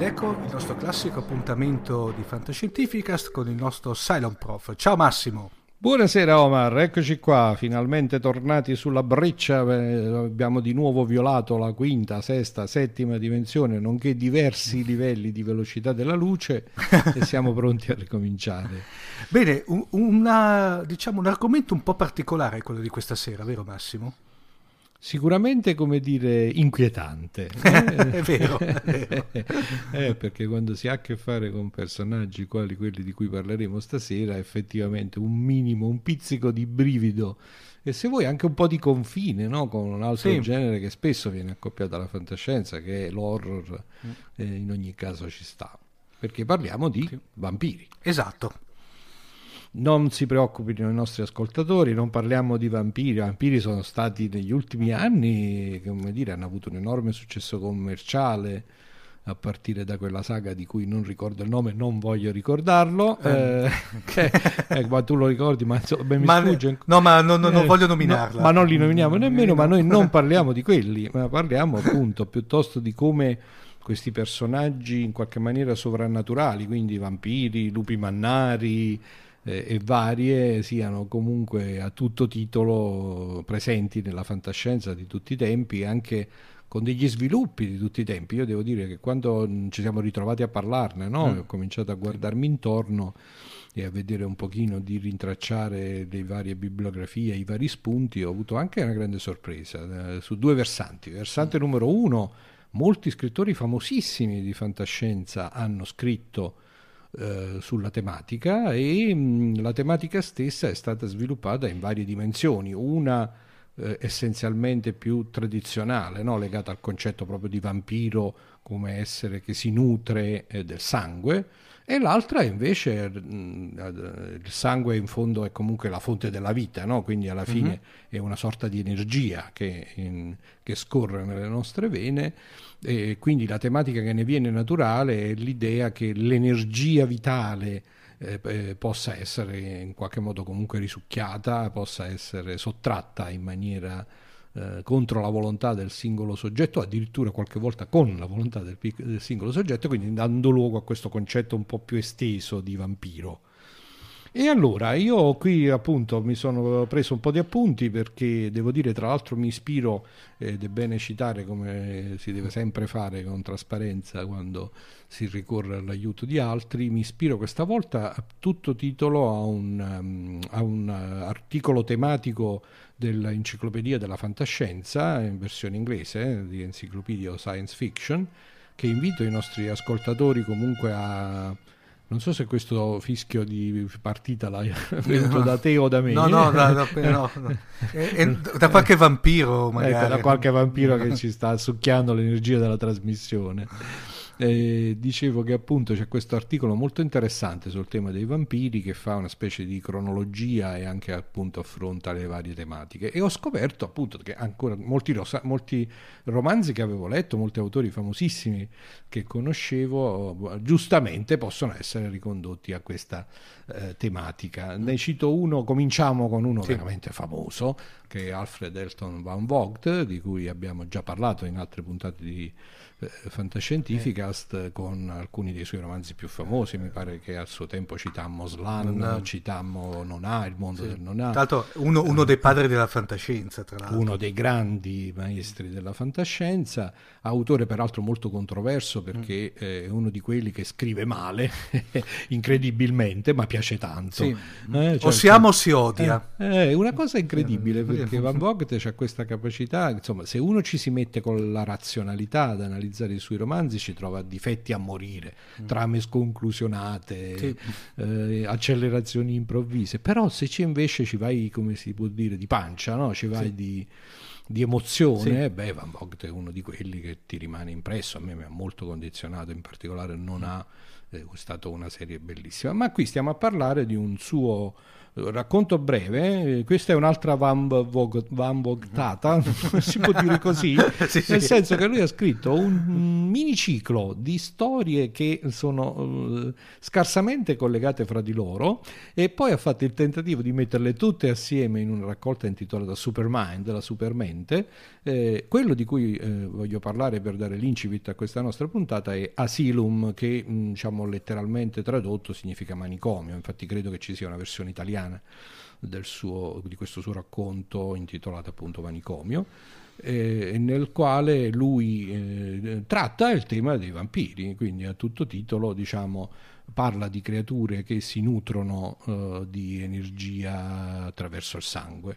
ecco il nostro classico appuntamento di Fantascientificast con il nostro Cylon Prof. Ciao Massimo. Buonasera Omar, eccoci qua, finalmente tornati sulla breccia, abbiamo di nuovo violato la quinta, sesta, settima dimensione, nonché diversi livelli di velocità della luce e siamo pronti a ricominciare. Bene, un argomento un po' particolare quello di questa sera, vero Massimo? Sicuramente, come dire, inquietante. È vero, è vero. Perché quando si ha a che fare con personaggi quali quelli di cui parleremo stasera, effettivamente un minimo, un pizzico di brivido e se vuoi anche un po' di confine, no? Con un altro genere che spesso viene accoppiato alla fantascienza, che è l'horror, in ogni caso ci sta, perché parliamo di vampiri. Esatto. Non si preoccupino i nostri ascoltatori, non parliamo di vampiri. I vampiri sono stati negli ultimi anni, come dire, hanno avuto un enorme successo commerciale a partire da quella saga di cui non ricordo il nome, non voglio ricordarlo, ma tu lo ricordi, ma insomma, mi sfugge. No, ma non voglio nominarla. Ma non li nominiamo nemmeno, ma noi non parliamo di quelli, ma parliamo appunto piuttosto di come questi personaggi in qualche maniera sovrannaturali, quindi vampiri, lupi mannari e varie, siano comunque a tutto titolo presenti nella fantascienza di tutti i tempi, anche con degli sviluppi di tutti i tempi. Io devo dire che quando ci siamo ritrovati a parlarne, no? Ho cominciato a guardarmi intorno e a vedere un pochino, di rintracciare le varie bibliografie, i vari spunti, ho avuto anche una grande sorpresa su due versanti. Versante numero uno: molti scrittori famosissimi di fantascienza hanno scritto sulla tematica e la tematica stessa è stata sviluppata in varie dimensioni, una essenzialmente più tradizionale, no? Legata al concetto proprio di vampiro come essere che si nutre del sangue, e l'altra invece il sangue in fondo è comunque la fonte della vita, no? Quindi alla fine è una sorta di energia che scorre nelle nostre vene, e quindi la tematica che ne viene naturale è l'idea che l'energia vitale possa essere in qualche modo comunque risucchiata, possa essere sottratta in maniera contro la volontà del singolo soggetto, addirittura qualche volta con la volontà del singolo soggetto, quindi dando luogo a questo concetto un po' più esteso di vampiro. E allora io qui appunto mi sono preso un po' di appunti, perché devo dire, tra l'altro mi ispiro, ed è bene citare come si deve sempre fare con trasparenza quando si ricorre all'aiuto di altri, mi ispiro questa volta a tutto titolo a un articolo tematico dell'Enciclopedia della Fantascienza in versione inglese, di Encyclopedia of Science Fiction, che invito i nostri ascoltatori comunque a... Non so se questo fischio di partita l'hai venuto da te o da me. No. Da qualche vampiro magari. Ecco, da qualche vampiro che ci sta succhiando l'energia della trasmissione. Dicevo che appunto c'è questo articolo molto interessante sul tema dei vampiri, che fa una specie di cronologia e anche appunto affronta le varie tematiche, e ho scoperto appunto che ancora molti romanzi che avevo letto, molti autori famosissimi che conoscevo, giustamente possono essere ricondotti a questa tematica. Ne cito uno, cominciamo con uno veramente famoso, che è Alfred Elton Van Vogt, di cui abbiamo già parlato in altre puntate di Fantascientificast, con alcuni dei suoi romanzi più famosi. Mi pare che al suo tempo citammo Slan, citammo Nona, il mondo del Nona. Tra l'altro uno dei padri della fantascienza, tra l'altro. Uno dei grandi maestri della fantascienza, autore peraltro molto controverso, perché è uno di quelli che scrive male, incredibilmente, ma piace tanto. O si ama o si odia. È una cosa incredibile, perché Van Vogt ha questa capacità, insomma, se uno ci si mette con la razionalità ad analizzare i suoi romanzi, ci trova difetti a morire, trame sconclusionate, accelerazioni improvvise. Però se invece ci vai, come si può dire, di pancia, no? Ci vai di emozione, Van Vogt è uno di quelli che ti rimane impresso. A me mi ha molto condizionato, in particolare non ha È stata una serie bellissima. Ma qui stiamo a parlare di un suo racconto breve. Questa è un'altra Van Vogtata, si può dire così, Sì, nel sì. senso che lui ha scritto un miniciclo di storie che sono scarsamente collegate fra di loro, e poi ha fatto il tentativo di metterle tutte assieme in una raccolta intitolata Supermind, la supermente. Quello di cui voglio parlare per dare l'incipit a questa nostra puntata è Asylum, che diciamo letteralmente tradotto significa manicomio. Infatti credo che ci sia una versione italiana di questo suo racconto intitolato appunto Manicomio, nel quale lui tratta il tema dei vampiri, quindi a tutto titolo, diciamo, parla di creature che si nutrono di energia attraverso il sangue.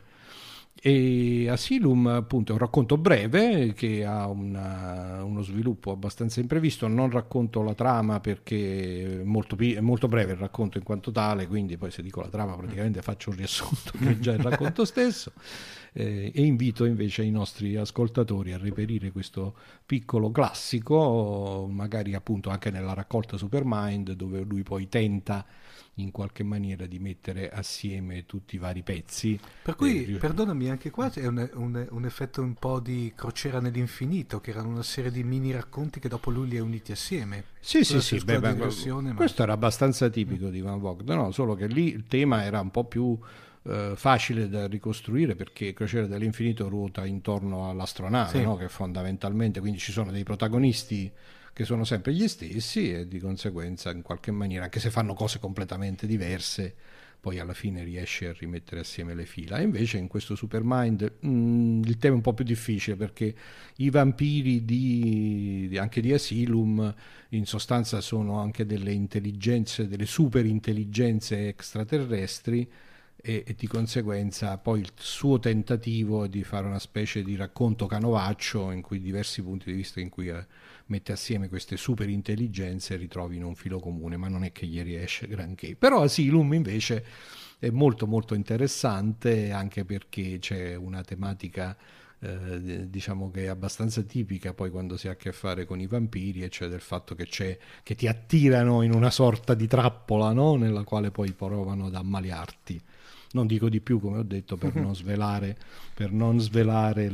E Asylum appunto è un racconto breve che ha uno sviluppo abbastanza imprevisto. Non racconto la trama perché è molto breve il racconto in quanto tale, quindi poi se dico la trama praticamente faccio un riassunto che è già il racconto stesso, e invito invece i nostri ascoltatori a reperire questo piccolo classico, magari appunto anche nella raccolta Supermind, dove lui poi tenta in qualche maniera di mettere assieme tutti i vari pezzi. Per cui, perdonami, anche qua è un effetto un po' di Crociera nell'infinito, che erano una serie di mini racconti che dopo lui li ha uniti assieme. Sì, sì, Quella sì, è una digressione, ma... questo era abbastanza tipico di Van Vogt, no? Solo che lì il tema era un po' più facile da ricostruire, perché Crociera dell'infinito ruota intorno all'astronave, Sì. no? Che fondamentalmente, quindi ci sono dei protagonisti che sono sempre gli stessi, e di conseguenza in qualche maniera, anche se fanno cose completamente diverse, poi alla fine riesce a rimettere assieme le fila. E invece in questo Supermind il tema è un po' più difficile, perché i vampiri anche di Asylum in sostanza sono anche delle intelligenze, delle super intelligenze extraterrestri, e di conseguenza poi il suo tentativo è di fare una specie di racconto canovaccio in cui diversi punti di vista, in cui mette assieme queste super intelligenze e ritrovino un filo comune, ma non è che gli riesce granché. Però Asylum invece è molto molto interessante, anche perché c'è una tematica diciamo che è abbastanza tipica poi quando si ha a che fare con i vampiri, e cioè del fatto che ti attirano in una sorta di trappola, no? Nella quale poi provano ad ammaliarti. Non dico di più, come ho detto, per non svelare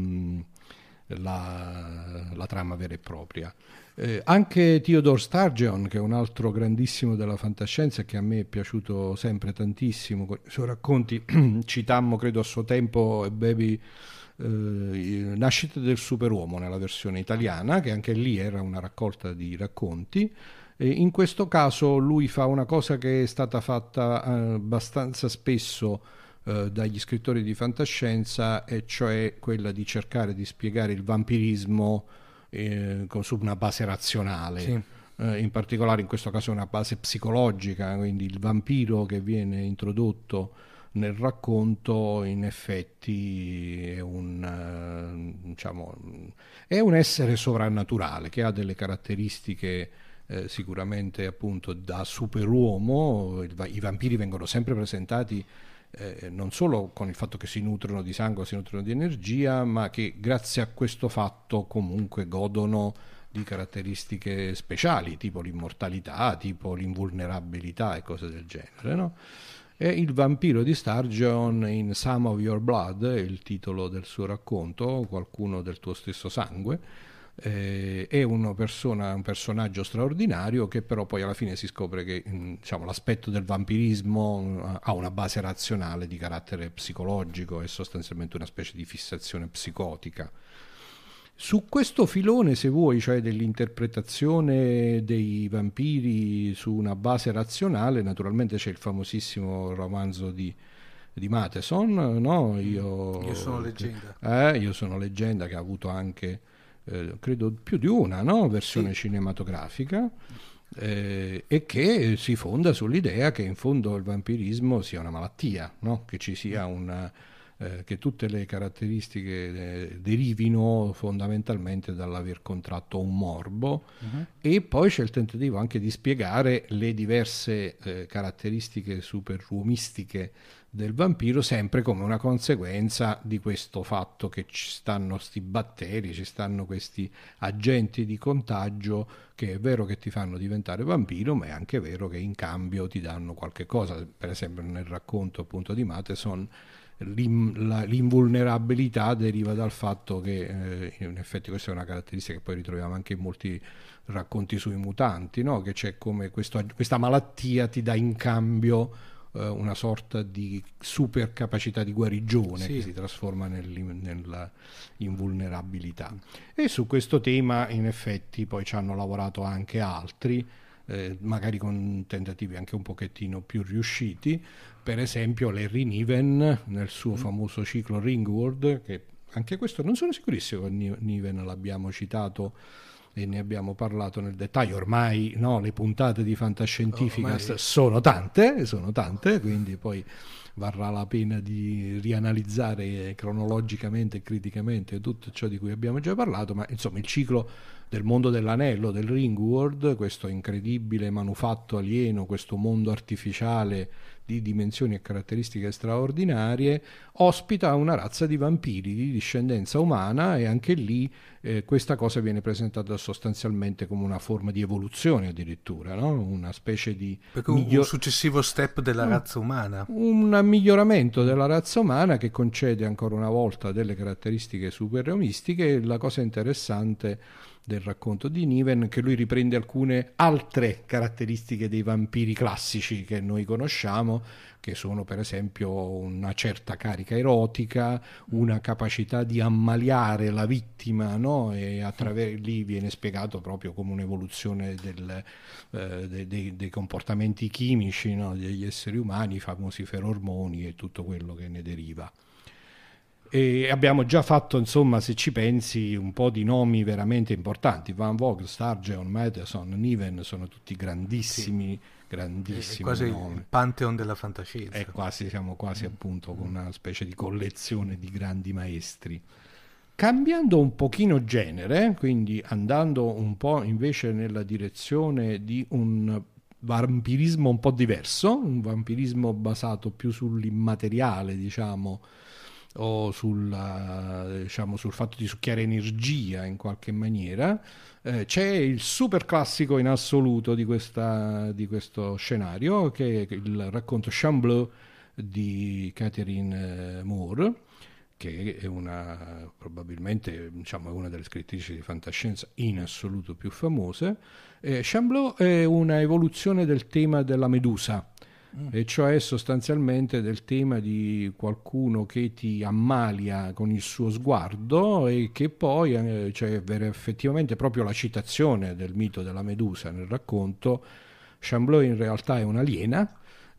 la trama vera e propria. Anche Theodore Sturgeon, che è un altro grandissimo della fantascienza, che a me è piaciuto sempre tantissimo con i suoi racconti, citammo credo a suo tempo Baby, Nascita del superuomo nella versione italiana, che anche lì era una raccolta di racconti. E in questo caso lui fa una cosa che è stata fatta abbastanza spesso dagli scrittori di fantascienza, e cioè quella di cercare di spiegare il vampirismo su una base razionale. Sì. In particolare in questo caso una base psicologica, quindi il vampiro che viene introdotto nel racconto in effetti è è un essere sovrannaturale che ha delle caratteristiche sicuramente appunto da superuomo. I vampiri vengono sempre presentati non solo con il fatto che si nutrono di sangue, si nutrono di energia, ma che grazie a questo fatto comunque godono di caratteristiche speciali, tipo l'immortalità, tipo l'invulnerabilità e cose del genere, no? E il vampiro di Sturgeon in Some of Your Blood, è il titolo del suo racconto, qualcuno del tuo stesso sangue. È un personaggio straordinario, che però poi alla fine si scopre che diciamo, l'aspetto del vampirismo ha una base razionale di carattere psicologico, e sostanzialmente una specie di fissazione psicotica. Su questo filone, se vuoi, cioè dell'interpretazione dei vampiri su una base razionale, naturalmente c'è il famosissimo romanzo di Matheson, no? Io sono leggenda. Io sono leggenda, che ha avuto anche credo più di una, no? Versione Sì. cinematografica, e che si fonda sull'idea che in fondo il vampirismo sia una malattia, no? Che ci sia che tutte le caratteristiche derivino fondamentalmente dall'aver contratto un morbo. E poi c'è il tentativo anche di spiegare le diverse caratteristiche superuomistiche del vampiro, sempre come una conseguenza di questo fatto che ci stanno questi batteri, ci stanno questi agenti di contagio che è vero che ti fanno diventare vampiro, ma è anche vero che in cambio ti danno qualche cosa. Per esempio nel racconto appunto di Matheson l'invulnerabilità deriva dal fatto che in effetti questa è una caratteristica che poi ritroviamo anche in molti racconti sui mutanti, no? Che c'è come questa malattia ti dà in cambio una sorta di super capacità di guarigione, sì, che si trasforma nella invulnerabilità. E su questo tema in effetti poi ci hanno lavorato anche altri, magari con tentativi anche un pochettino più riusciti. Per esempio Larry Niven nel suo famoso ciclo Ringworld, che anche questo non sono sicurissimo che Niven l'abbiamo citato e ne abbiamo parlato nel dettaglio. Ormai no, le puntate di Fantascientifica sono tante, quindi poi varrà la pena di rianalizzare cronologicamente e criticamente tutto ciò di cui abbiamo già parlato, ma insomma il ciclo del mondo dell'anello, del Ringworld, questo incredibile manufatto alieno, questo mondo artificiale di dimensioni e caratteristiche straordinarie, ospita una razza di vampiri di discendenza umana, e anche lì questa cosa viene presentata sostanzialmente come una forma di evoluzione addirittura, no? Una specie di un successivo step della razza umana, un miglioramento della razza umana che concede ancora una volta delle caratteristiche superuomistiche. La cosa interessante del racconto di Niven, che lui riprende alcune altre caratteristiche dei vampiri classici che noi conosciamo, che sono per esempio una certa carica erotica, una capacità di ammaliare la vittima, no? E lì viene spiegato proprio come un'evoluzione dei comportamenti chimici, no? Degli esseri umani, i famosi ferormoni e tutto quello che ne deriva. E abbiamo già fatto, insomma, se ci pensi, un po' di nomi veramente importanti. Van Vogt, Sturgeon, Matheson, Niven sono tutti grandissimi, grandissimi è quasi nomi. Il pantheon della fantascienza. Siamo quasi appunto con una specie di collezione di grandi maestri. Cambiando un pochino genere, quindi andando un po' invece nella direzione di un vampirismo un po' diverso, un vampirismo basato più sull'immateriale, diciamo, o sul fatto di succhiare energia in qualche maniera, c'è il super classico in assoluto di questo scenario, che è il racconto Chambleu di Catherine Moore, che è probabilmente una delle scrittrici di fantascienza in assoluto più famose. Chambleu è una evoluzione del tema della Medusa, e cioè sostanzialmente del tema di qualcuno che ti ammalia con il suo sguardo, e che poi c'è effettivamente proprio la citazione del mito della Medusa nel racconto. Chambleu in realtà è un'aliena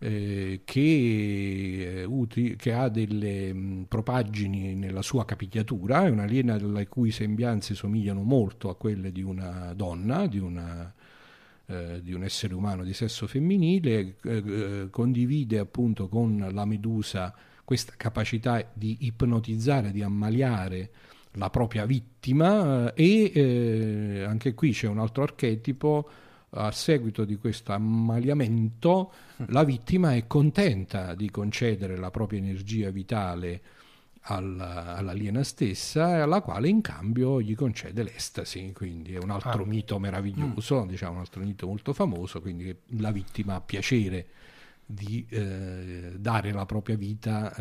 che ha delle propaggini nella sua capigliatura, è un'aliena le cui sembianze somigliano molto a quelle di una donna, di un essere umano di sesso femminile, condivide appunto con la Medusa questa capacità di ipnotizzare, di ammaliare la propria vittima, e anche qui c'è un altro archetipo. A seguito di questo ammaliamento la vittima è contenta di concedere la propria energia vitale all'aliena stessa, alla quale in cambio gli concede l'estasi. Quindi è un altro mito meraviglioso, diciamo un altro mito molto famoso, quindi la vittima ha piacere di dare la propria vita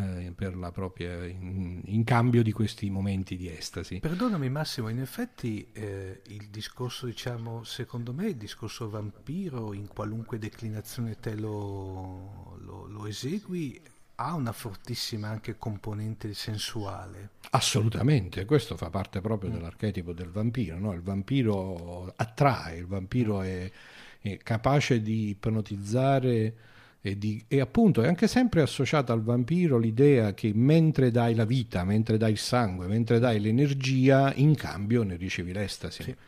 in cambio di questi momenti di estasi. Perdonami Massimo, in effetti il discorso, diciamo, secondo me il discorso vampiro, in qualunque declinazione te lo esegui, ha una fortissima anche componente sensuale. Assolutamente, questo fa parte proprio dell'archetipo del vampiro, no? Il vampiro attrae, il vampiro è capace di ipnotizzare, e appunto è anche sempre associata al vampiro l'idea che mentre dai la vita, mentre dai il sangue, mentre dai l'energia, in cambio ne ricevi l'estasi. Sì.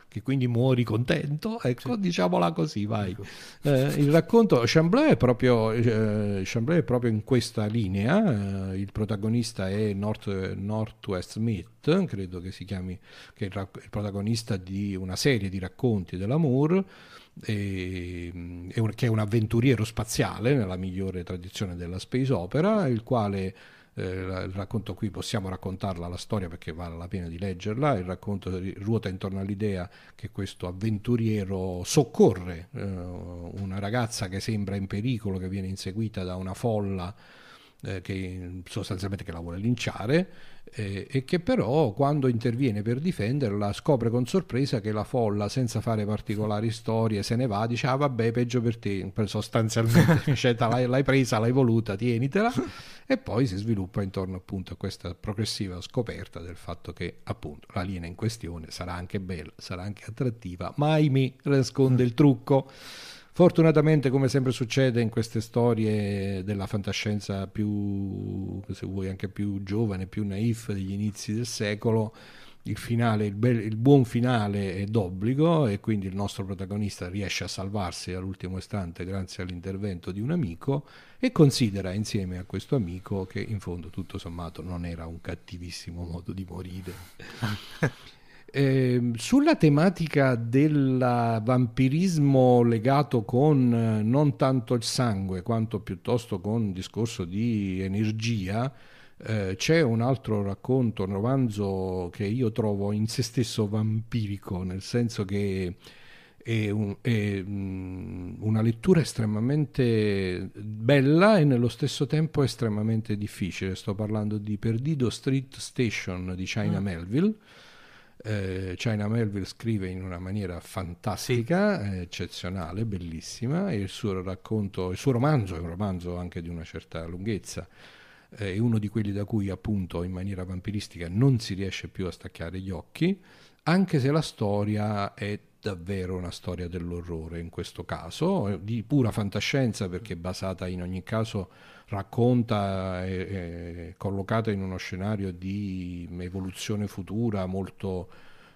che quindi muori contento, ecco, sì. Diciamola così, vai. Ecco. Il racconto Chamblay è proprio in questa linea. Il protagonista è Northwest Smith, credo che si chiami, che è il protagonista di una serie di racconti dell'Amour, che è un avventuriero spaziale nella migliore tradizione della space opera, il quale il racconto qui possiamo raccontarla la storia perché vale la pena di leggerla. Il racconto ruota intorno all'idea che questo avventuriero soccorre una ragazza che sembra in pericolo, che viene inseguita da una folla che sostanzialmente che la vuole linciare, e che però quando interviene per difenderla scopre con sorpresa che la folla, senza fare particolari storie, se ne va, dice vabbè, peggio per te, sostanzialmente cioè, l'hai presa, l'hai voluta, tienitela. E poi si sviluppa intorno appunto a questa progressiva scoperta del fatto che appunto l'aliena in questione sarà anche bella, sarà anche attrattiva, ma ahimè nasconde il trucco. Fortunatamente, come sempre succede in queste storie della fantascienza più, se vuoi, anche più giovane, più naif degli inizi del secolo, il finale, il buon finale è d'obbligo, e quindi il nostro protagonista riesce a salvarsi all'ultimo istante grazie all'intervento di un amico, e considera insieme a questo amico che in fondo tutto sommato non era un cattivissimo modo di morire. Sulla tematica del vampirismo legato con non tanto il sangue quanto piuttosto con un discorso di energia, c'è un altro racconto, un romanzo che io trovo in se stesso vampirico, nel senso che è una lettura estremamente bella e nello stesso tempo estremamente difficile. Sto parlando di Perdido Street Station di China Melville. China Melville scrive in una maniera fantastica, sì, eccezionale, bellissima, e il suo romanzo è un romanzo anche di una certa lunghezza, è uno di quelli da cui appunto in maniera vampiristica non si riesce più a staccare gli occhi, anche se la storia è davvero una storia dell'orrore in questo caso, di pura fantascienza, perché è basata in ogni caso, racconta, è collocata in uno scenario di evoluzione futura molto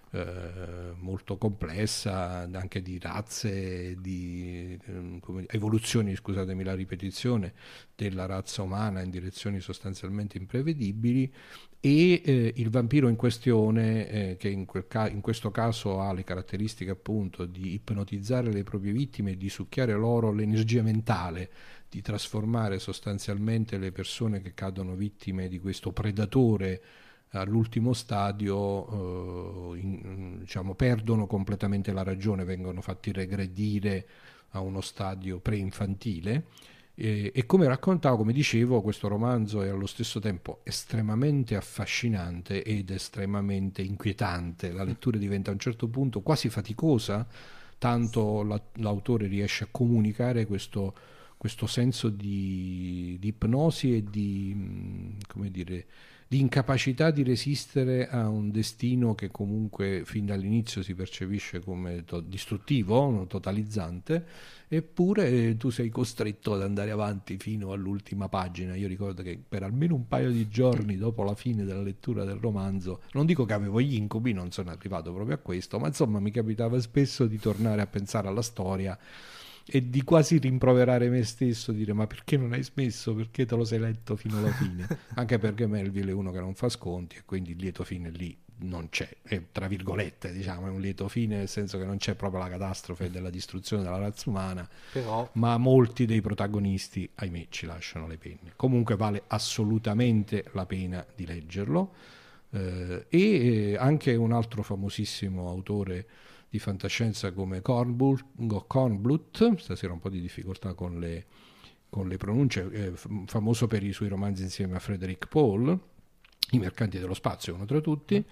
complessa, anche di razze, di evoluzioni, scusatemi la ripetizione, della razza umana in direzioni sostanzialmente imprevedibili. E il vampiro in questione, che in questo caso ha le caratteristiche appunto di ipnotizzare le proprie vittime e di succhiare loro l'energia mentale, di trasformare sostanzialmente le persone che cadono vittime di questo predatore all'ultimo stadio, diciamo, perdono completamente la ragione, vengono fatti regredire a uno stadio preinfantile. E come raccontavo, come dicevo, questo romanzo è allo stesso tempo estremamente affascinante ed estremamente inquietante. La lettura diventa a un certo punto quasi faticosa, tanto l'autore riesce a comunicare questo senso di ipnosi e di, come dire, di incapacità di resistere a un destino che comunque fin dall'inizio si percepisce come distruttivo, totalizzante, eppure tu sei costretto ad andare avanti fino all'ultima pagina. Io ricordo che per almeno un paio di giorni dopo la fine della lettura del romanzo, non dico che avevo gli incubi, non sono arrivato proprio a questo, ma insomma mi capitava spesso di tornare a pensare alla storia e di quasi rimproverare me stesso, dire ma perché non hai smesso, perché te lo sei letto fino alla fine, anche perché Melville è uno che non fa sconti e quindi il lieto fine lì non c'è, è, tra virgolette, diciamo, è un lieto fine nel senso che non c'è proprio la catastrofe della distruzione della razza umana, però ma molti dei protagonisti, ahimè, ci lasciano le penne. Comunque vale assolutamente la pena di leggerlo, e anche un altro famosissimo autore di fantascienza come Kornbluth, stasera un po' di difficoltà con le pronunce, famoso per i suoi romanzi insieme a Frederick Paul, I mercanti dello spazio, uno tra tutti,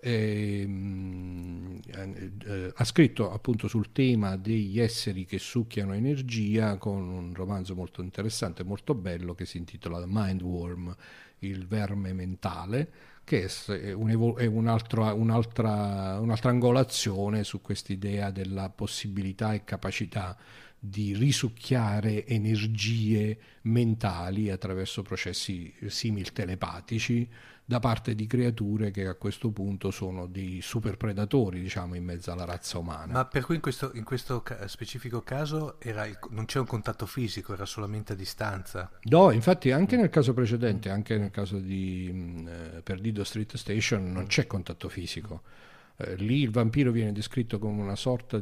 ha scritto appunto sul tema degli esseri che succhiano energia con un romanzo molto interessante, molto bello, che si intitola Mindworm, il verme mentale, che è un'altra angolazione su quest'idea della possibilità e capacità di risucchiare energie mentali attraverso processi simil telepatici da parte di creature che a questo punto sono dei super predatori, diciamo, in mezzo alla razza umana. Ma per cui in questo specifico caso non c'è un contatto fisico, era solamente a distanza? No, infatti anche nel caso precedente, anche nel caso di Perdido Street Station, non c'è contatto fisico. Lì il vampiro viene descritto come una sorta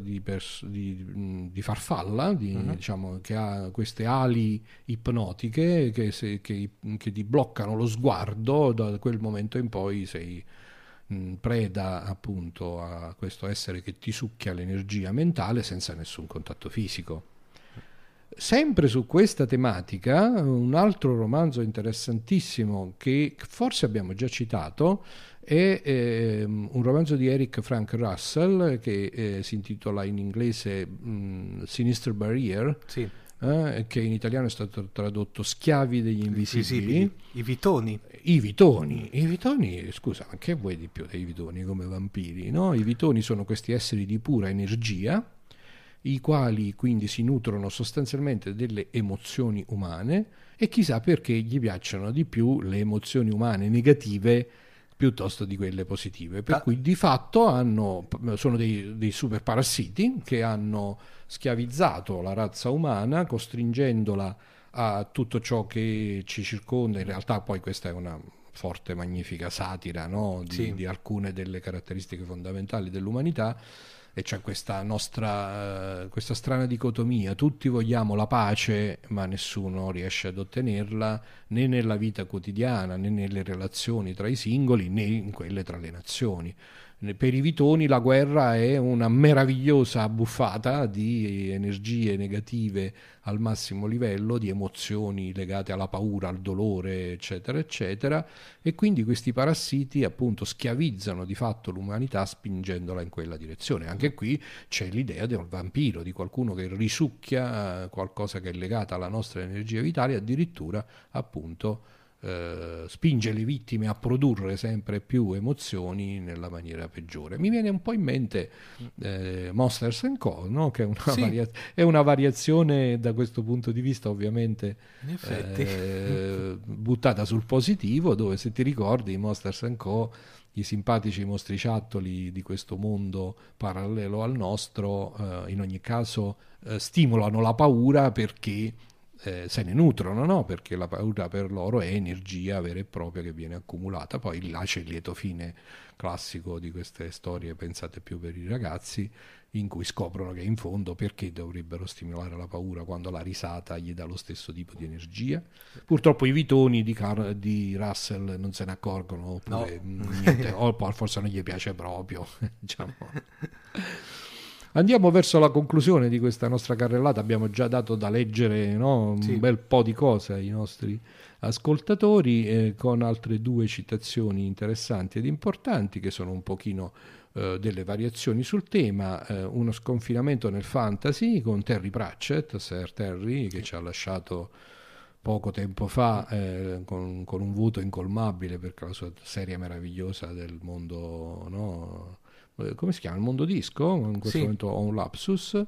di farfalla, diciamo, che ha queste ali ipnotiche che ti bloccano lo sguardo. Da quel momento in poi sei preda appunto a questo essere che ti succhia l'energia mentale senza nessun contatto fisico. Sempre su questa tematica, un altro romanzo interessantissimo che forse abbiamo già citato è un romanzo di Eric Frank Russell che si intitola in inglese Sinister Barrier, Sì, che in italiano è stato tradotto Schiavi degli Invisibili. i vitoni. I vitoni, scusa, ma che vuoi di più dei vitoni come vampiri? No? I vitoni sono questi esseri di pura energia, i quali quindi si nutrono sostanzialmente delle emozioni umane e chissà perché gli piacciono di più le emozioni umane negative piuttosto di quelle positive, per cui di fatto sono dei super parassiti che hanno schiavizzato la razza umana, costringendola a tutto ciò che ci circonda. In realtà poi questa è una forte, magnifica satira, no? Sì. di alcune delle caratteristiche fondamentali dell'umanità. E c'è questa strana dicotomia: tutti vogliamo la pace ma nessuno riesce ad ottenerla, né nella vita quotidiana, né nelle relazioni tra i singoli, né in quelle tra le nazioni. Per i vitoni la guerra è una meravigliosa abbuffata di energie negative al massimo livello, di emozioni legate alla paura, al dolore, eccetera, eccetera, e quindi questi parassiti appunto schiavizzano di fatto l'umanità spingendola in quella direzione. Anche qui c'è l'idea del vampiro, di qualcuno che risucchia qualcosa che è legato alla nostra energia vitale, addirittura appunto spinge le vittime a produrre sempre più emozioni nella maniera peggiore. Mi viene un po' in mente Monsters Co., no? Che è è una variazione da questo punto di vista, ovviamente In effetti. buttata sul positivo, dove, se ti ricordi, Monsters Co., i simpatici mostriciattoli di questo mondo parallelo al nostro, in ogni caso stimolano la paura perché se ne nutrono, no? Perché la paura per loro è energia vera e propria che viene accumulata. Poi là c'è il lieto fine classico di queste storie pensate più per i ragazzi, in cui scoprono che in fondo perché dovrebbero stimolare la paura quando la risata gli dà lo stesso tipo di energia. Purtroppo i vitoni di Russell non se ne accorgono, oppure niente, o forse non gli piace proprio, diciamo. Andiamo verso la conclusione di questa nostra carrellata. Abbiamo già dato da leggere, no? Un bel po' di cose ai nostri ascoltatori, con altre due citazioni interessanti ed importanti che sono un pochino delle variazioni sul tema. Uno sconfinamento nel fantasy con Terry Pratchett, Sir Terry, che ci ha lasciato poco tempo fa con un voto incolmabile per la sua serie meravigliosa del mondo, no? Come si chiama? Il mondo disco? In questo momento ho un lapsus.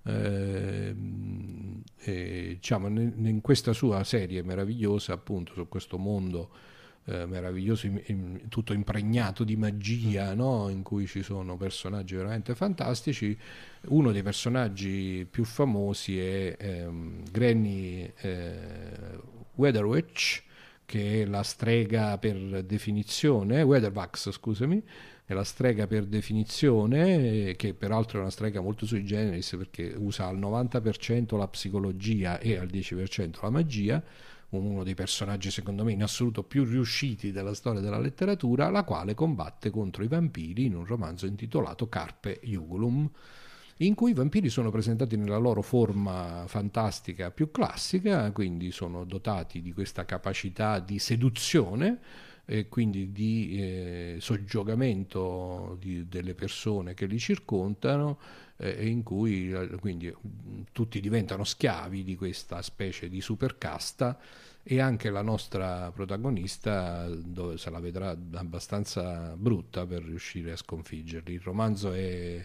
Diciamo, in questa sua serie meravigliosa, appunto, su questo mondo meraviglioso, tutto impregnato di magia, no? In cui ci sono personaggi veramente fantastici. Uno dei personaggi più famosi è Granny Weatherwitch, che è la strega per definizione, Weathervax, scusami, è la strega per definizione, che peraltro è una strega molto sui generis, perché usa al 90% la psicologia e al 10% la magia, uno dei personaggi secondo me in assoluto più riusciti della storia della letteratura, la quale combatte contro i vampiri in un romanzo intitolato Carpe Jugulum, in cui i vampiri sono presentati nella loro forma fantastica più classica, quindi sono dotati di questa capacità di seduzione e quindi di soggiogamento delle persone che li circondano, e in cui quindi tutti diventano schiavi di questa specie di supercasta, e anche la nostra protagonista se la vedrà abbastanza brutta per riuscire a sconfiggerli. Il romanzo è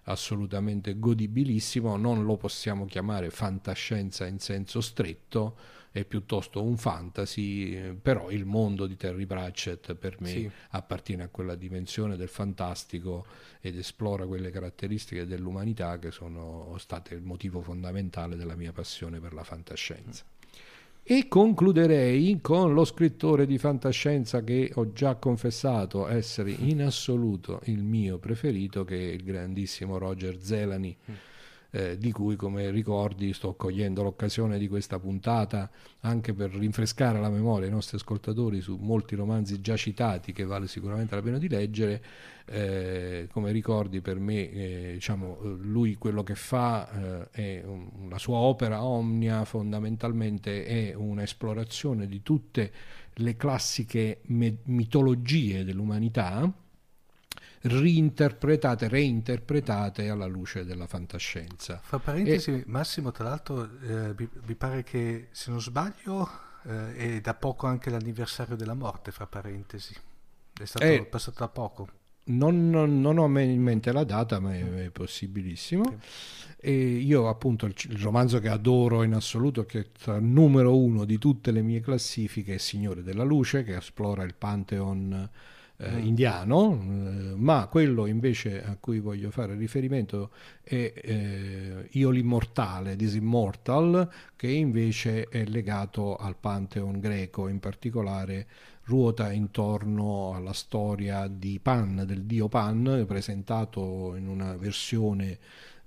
assolutamente godibilissimo. Non lo possiamo chiamare fantascienza in senso stretto, è piuttosto un fantasy, però il mondo di Terry Pratchett per me Sì. appartiene a quella dimensione del fantastico ed esplora quelle caratteristiche dell'umanità che sono state il motivo fondamentale della mia passione per la fantascienza. E concluderei con lo scrittore di fantascienza che ho già confessato essere in assoluto il mio preferito, che è il grandissimo Roger Zelany, di cui, come ricordi, sto cogliendo l'occasione di questa puntata anche per rinfrescare la memoria ai nostri ascoltatori su molti romanzi già citati che vale sicuramente la pena di leggere. Come ricordi, per me diciamo, lui quello che fa è la sua opera omnia fondamentalmente è un'esplorazione di tutte le classiche mitologie dell'umanità, reinterpretate alla luce della fantascienza. Fra parentesi, Massimo, tra l'altro, mi pare che, se non sbaglio, è da poco anche l'anniversario della morte, fra parentesi. È stato passato da poco. Non ho in mente la data, ma è possibilissimo. Okay. E io appunto il romanzo che adoro in assoluto, che è tra numero uno di tutte le mie classifiche, è Signore della Luce, che esplora il Pantheon indiano, ma quello invece a cui voglio fare riferimento è Io l'immortale, This Immortal, che invece è legato al Pantheon greco, in particolare ruota intorno alla storia di Pan, del dio Pan, presentato in una versione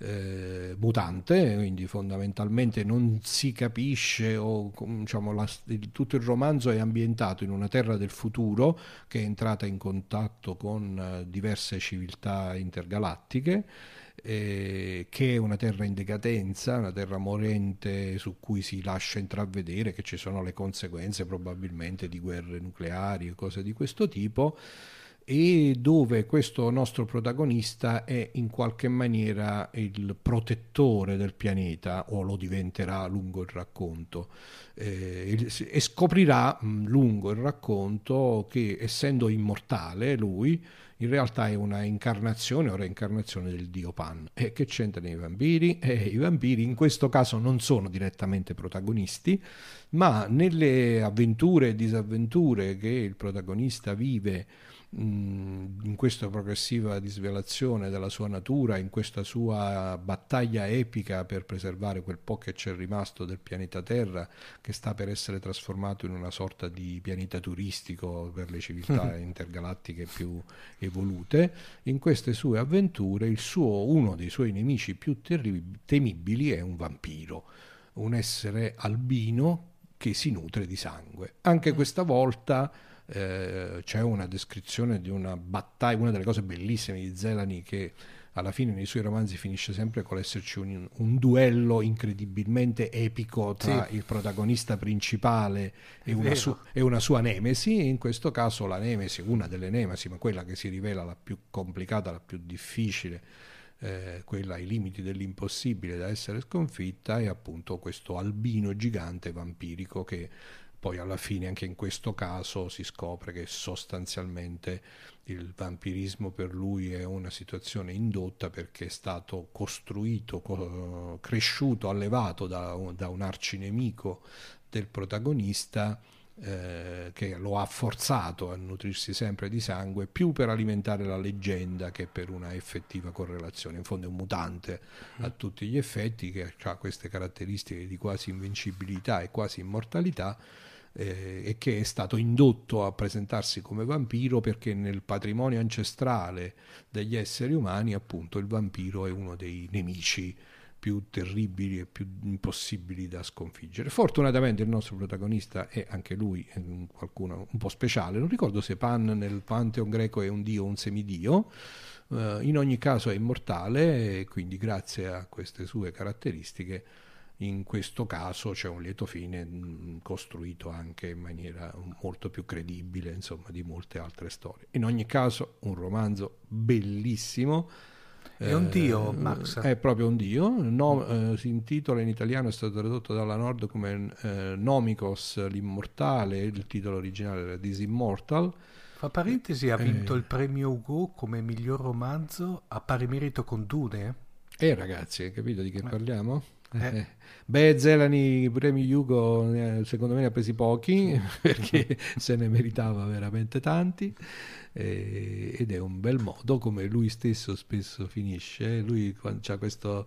mutante, quindi fondamentalmente non si capisce, o diciamo tutto il romanzo è ambientato in una terra del futuro che è entrata in contatto con diverse civiltà intergalattiche, che è una terra in decadenza, una terra morente su cui si lascia intravedere che ci sono le conseguenze probabilmente di guerre nucleari e cose di questo tipo, e dove questo nostro protagonista è in qualche maniera il protettore del pianeta, o lo diventerà lungo il racconto, e scoprirà lungo il racconto che, essendo immortale lui, in realtà è una incarnazione o reincarnazione del dio Pan. E che c'entrano i vampiri? I vampiri in questo caso non sono direttamente protagonisti, ma nelle avventure e disavventure che il protagonista vive in questa progressiva disvelazione della sua natura, in questa sua battaglia epica per preservare quel po' che c'è rimasto del pianeta Terra, che sta per essere trasformato in una sorta di pianeta turistico per le civiltà intergalattiche più evolute. In queste sue avventure uno dei suoi nemici più temibili è un vampiro, un essere albino che si nutre di sangue. Anche questa volta c'è una descrizione di una battaglia, una delle cose bellissime di Zelany, che alla fine nei suoi romanzi finisce sempre con l'esserci un duello incredibilmente epico tra il protagonista principale e una sua nemesi. In questo caso la nemesi, una delle nemesi, ma quella che si rivela la più complicata, la più difficile, quella ai limiti dell'impossibile da essere sconfitta, è appunto questo albino gigante vampirico, che poi alla fine anche in questo caso si scopre che sostanzialmente il vampirismo per lui è una situazione indotta, perché è stato costruito, cresciuto, allevato da un arcinemico del protagonista, che lo ha forzato a nutrirsi sempre di sangue, più per alimentare la leggenda che per una effettiva correlazione. In fondo è un mutante a tutti gli effetti, che ha queste caratteristiche di quasi invincibilità e quasi immortalità, e che è stato indotto a presentarsi come vampiro perché nel patrimonio ancestrale degli esseri umani, appunto, il vampiro è uno dei nemici più terribili e più impossibili da sconfiggere. Fortunatamente il nostro protagonista è anche lui qualcuno un po' speciale. Non ricordo se Pan nel Pantheon greco è un dio o un semidio. In ogni caso è immortale, e quindi grazie a queste sue caratteristiche in questo caso c'è un lieto fine costruito anche in maniera molto più credibile, insomma, di molte altre storie. In ogni caso un romanzo bellissimo. È un dio, Max. È proprio un dio. Si intitola, in italiano è stato tradotto dalla Nord come Nomikos l'immortale, il titolo originale era This Immortal. Fra parentesi, ha vinto il premio Hugo come miglior romanzo a pari merito con Dune. Ragazzi, hai capito di che parliamo? Beh, Zelani i premi Hugo secondo me ne ha presi pochi perché se ne meritava veramente tanti, ed è un bel modo come lui stesso spesso finisce. Lui ha questo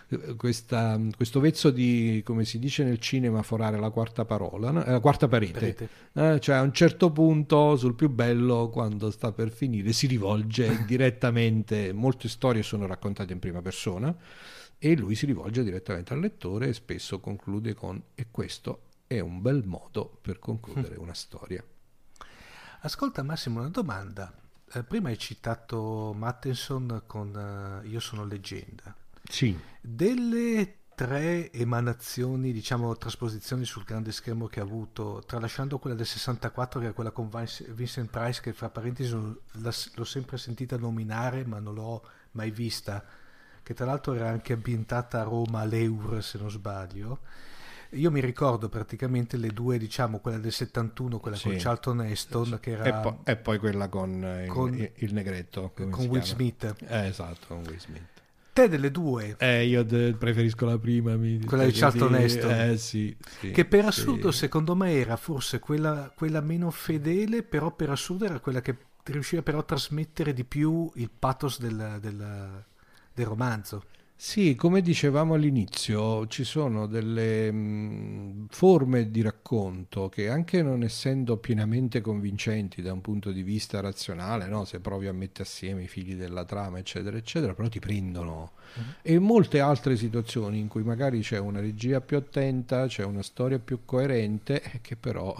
vezzo di, come si dice nel cinema, forare la quarta parola, no? La quarta parete. Cioè a un certo punto sul più bello, quando sta per finire, si rivolge direttamente. Molte storie sono raccontate in prima persona e lui si rivolge direttamente al lettore e spesso conclude con: e questo è un bel modo per concludere una storia. Ascolta Massimo, una domanda. Prima hai citato Mattinson con Io sono leggenda. Sì. Delle 3 emanazioni, diciamo trasposizioni sul grande schermo che ha avuto, tralasciando quella del 64 che è quella con Vincent Price, che fra parentesi l'ho sempre sentita nominare ma non l'ho mai vista, che tra l'altro era anche ambientata a Roma, all'Eur se non sbaglio. Io mi ricordo praticamente le due, diciamo quella del 71, quella con Charlton Heston, che era e poi quella con il negretto, con Will Smith. Esatto, con Will Smith. Te delle due? Io preferisco la prima, quella di Charlton Heston. Sì, che per assurdo secondo me era forse quella meno fedele, però per assurdo era quella che riusciva però a trasmettere di più il pathos del romanzo. Sì, come dicevamo all'inizio, ci sono delle forme di racconto che, anche non essendo pienamente convincenti da un punto di vista razionale, no? Se provi a mettere assieme i fili della trama, eccetera, eccetera, però ti prendono. E in molte altre situazioni in cui magari c'è una regia più attenta, c'è una storia più coerente, che però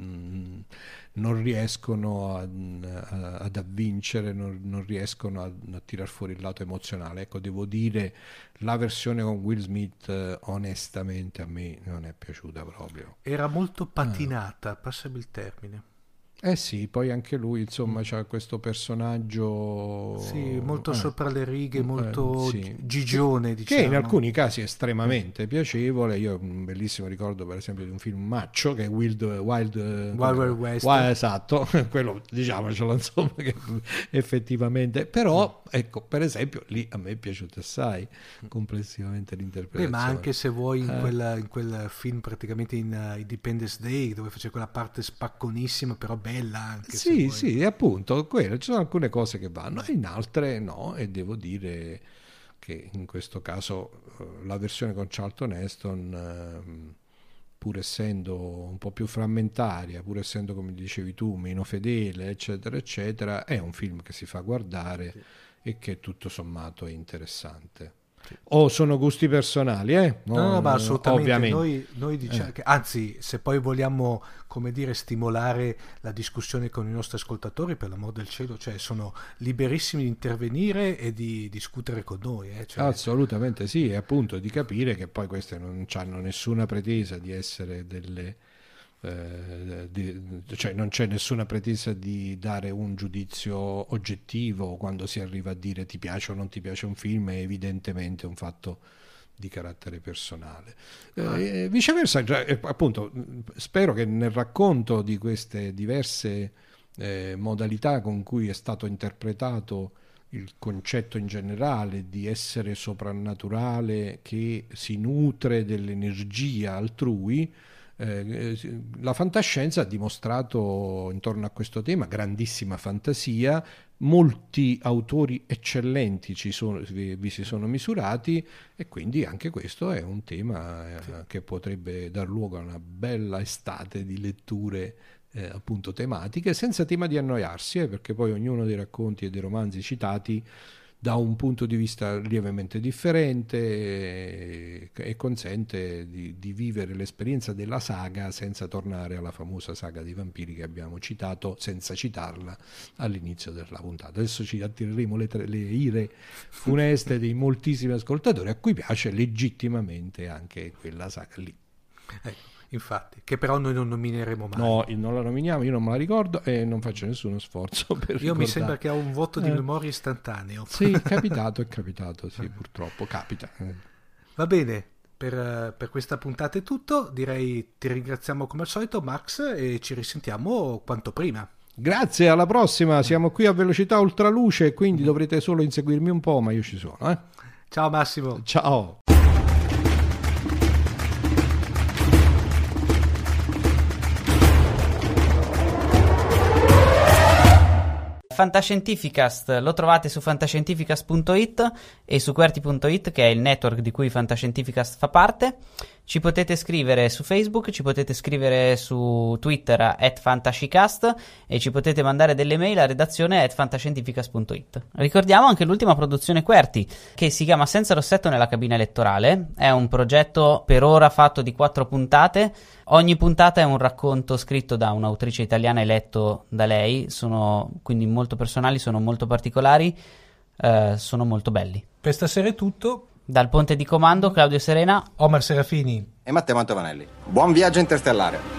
non riescono ad avvincere, non riescono a tirar fuori il lato emozionale. Ecco, devo dire, la versione con Will Smith onestamente a me non è piaciuta proprio. Era molto patinata, passami il termine. Sì, poi anche lui, insomma, c'ha questo personaggio molto sopra le righe, molto gigione, diciamo. Che in alcuni casi è estremamente piacevole. Io ho un bellissimo ricordo, per esempio, di un film Maccio, che è Wild West. Esatto, quello diciamocelo, insomma, che effettivamente, però ecco, per esempio, lì a me è piaciuto assai complessivamente l'interpretazione. Ma anche se vuoi in quel film praticamente in Independence Day, dove faceva quella parte spacconissima però bella anche, sì, appunto, ci sono alcune cose che vanno e in altre no, e devo dire che in questo caso la versione con Charlton Heston, pur essendo un po' più frammentaria, pur essendo, come dicevi tu, meno fedele, eccetera eccetera, è un film che si fa guardare e che tutto sommato è interessante. Sono gusti personali, No, ma assolutamente. Ovviamente. Noi diciamo che, anzi, se poi vogliamo, come dire, stimolare la discussione con i nostri ascoltatori, per l'amor del cielo, cioè sono liberissimi di intervenire e di discutere con noi. Cioè... Assolutamente sì, e appunto di capire che poi queste non hanno nessuna pretesa di essere delle... cioè non c'è nessuna pretesa di dare un giudizio oggettivo quando si arriva a dire ti piace o non ti piace un film, è evidentemente un fatto di carattere personale. Viceversa, appunto, spero che nel racconto di queste diverse modalità con cui è stato interpretato il concetto in generale di essere soprannaturale che si nutre dell'energia altrui, la fantascienza ha dimostrato intorno a questo tema grandissima fantasia, molti autori eccellenti vi si sono misurati, e quindi anche questo è un tema che potrebbe dar luogo a una bella estate di letture appunto tematiche, senza tema di annoiarsi, perché poi ognuno dei racconti e dei romanzi citati da un punto di vista lievemente differente e consente di vivere l'esperienza della saga senza tornare alla famosa saga dei vampiri che abbiamo citato senza citarla all'inizio della puntata. Adesso ci attireremo le ire funeste dei moltissimi ascoltatori a cui piace legittimamente anche quella saga lì. Infatti, che però noi non nomineremo mai. No, non la nominiamo, io non me la ricordo e non faccio nessuno sforzo per ricordare. Mi sembra che ho un voto di memoria istantaneo. Sì, è capitato, sì, purtroppo capita. Va bene, per questa puntata è tutto, direi ti ringraziamo come al solito Max e ci risentiamo quanto prima. Grazie, alla prossima. Siamo qui a velocità ultraluce, quindi dovrete solo inseguirmi un po', ma io ci sono. Ciao Massimo. Ciao. Fantascientificast lo trovate su fantascientificast.it e su QWERTY.it, che è il network di cui Fantascientificast fa parte. Ci potete scrivere su Facebook, ci potete scrivere su Twitter @fantascicast e ci potete mandare delle mail a redazione @fantascientificast.it. Ricordiamo anche l'ultima produzione QWERTY, che si chiama Senza rossetto nella cabina elettorale. È un progetto per ora fatto di 4 puntate. Ogni puntata è un racconto scritto da un'autrice italiana e letto da lei. Sono quindi molto personali, sono molto particolari, sono molto belli. Per stasera è tutto. Dal ponte di comando, Claudio Serena, Omar Serafini e Matteo Mantovanelli. Buon viaggio interstellare.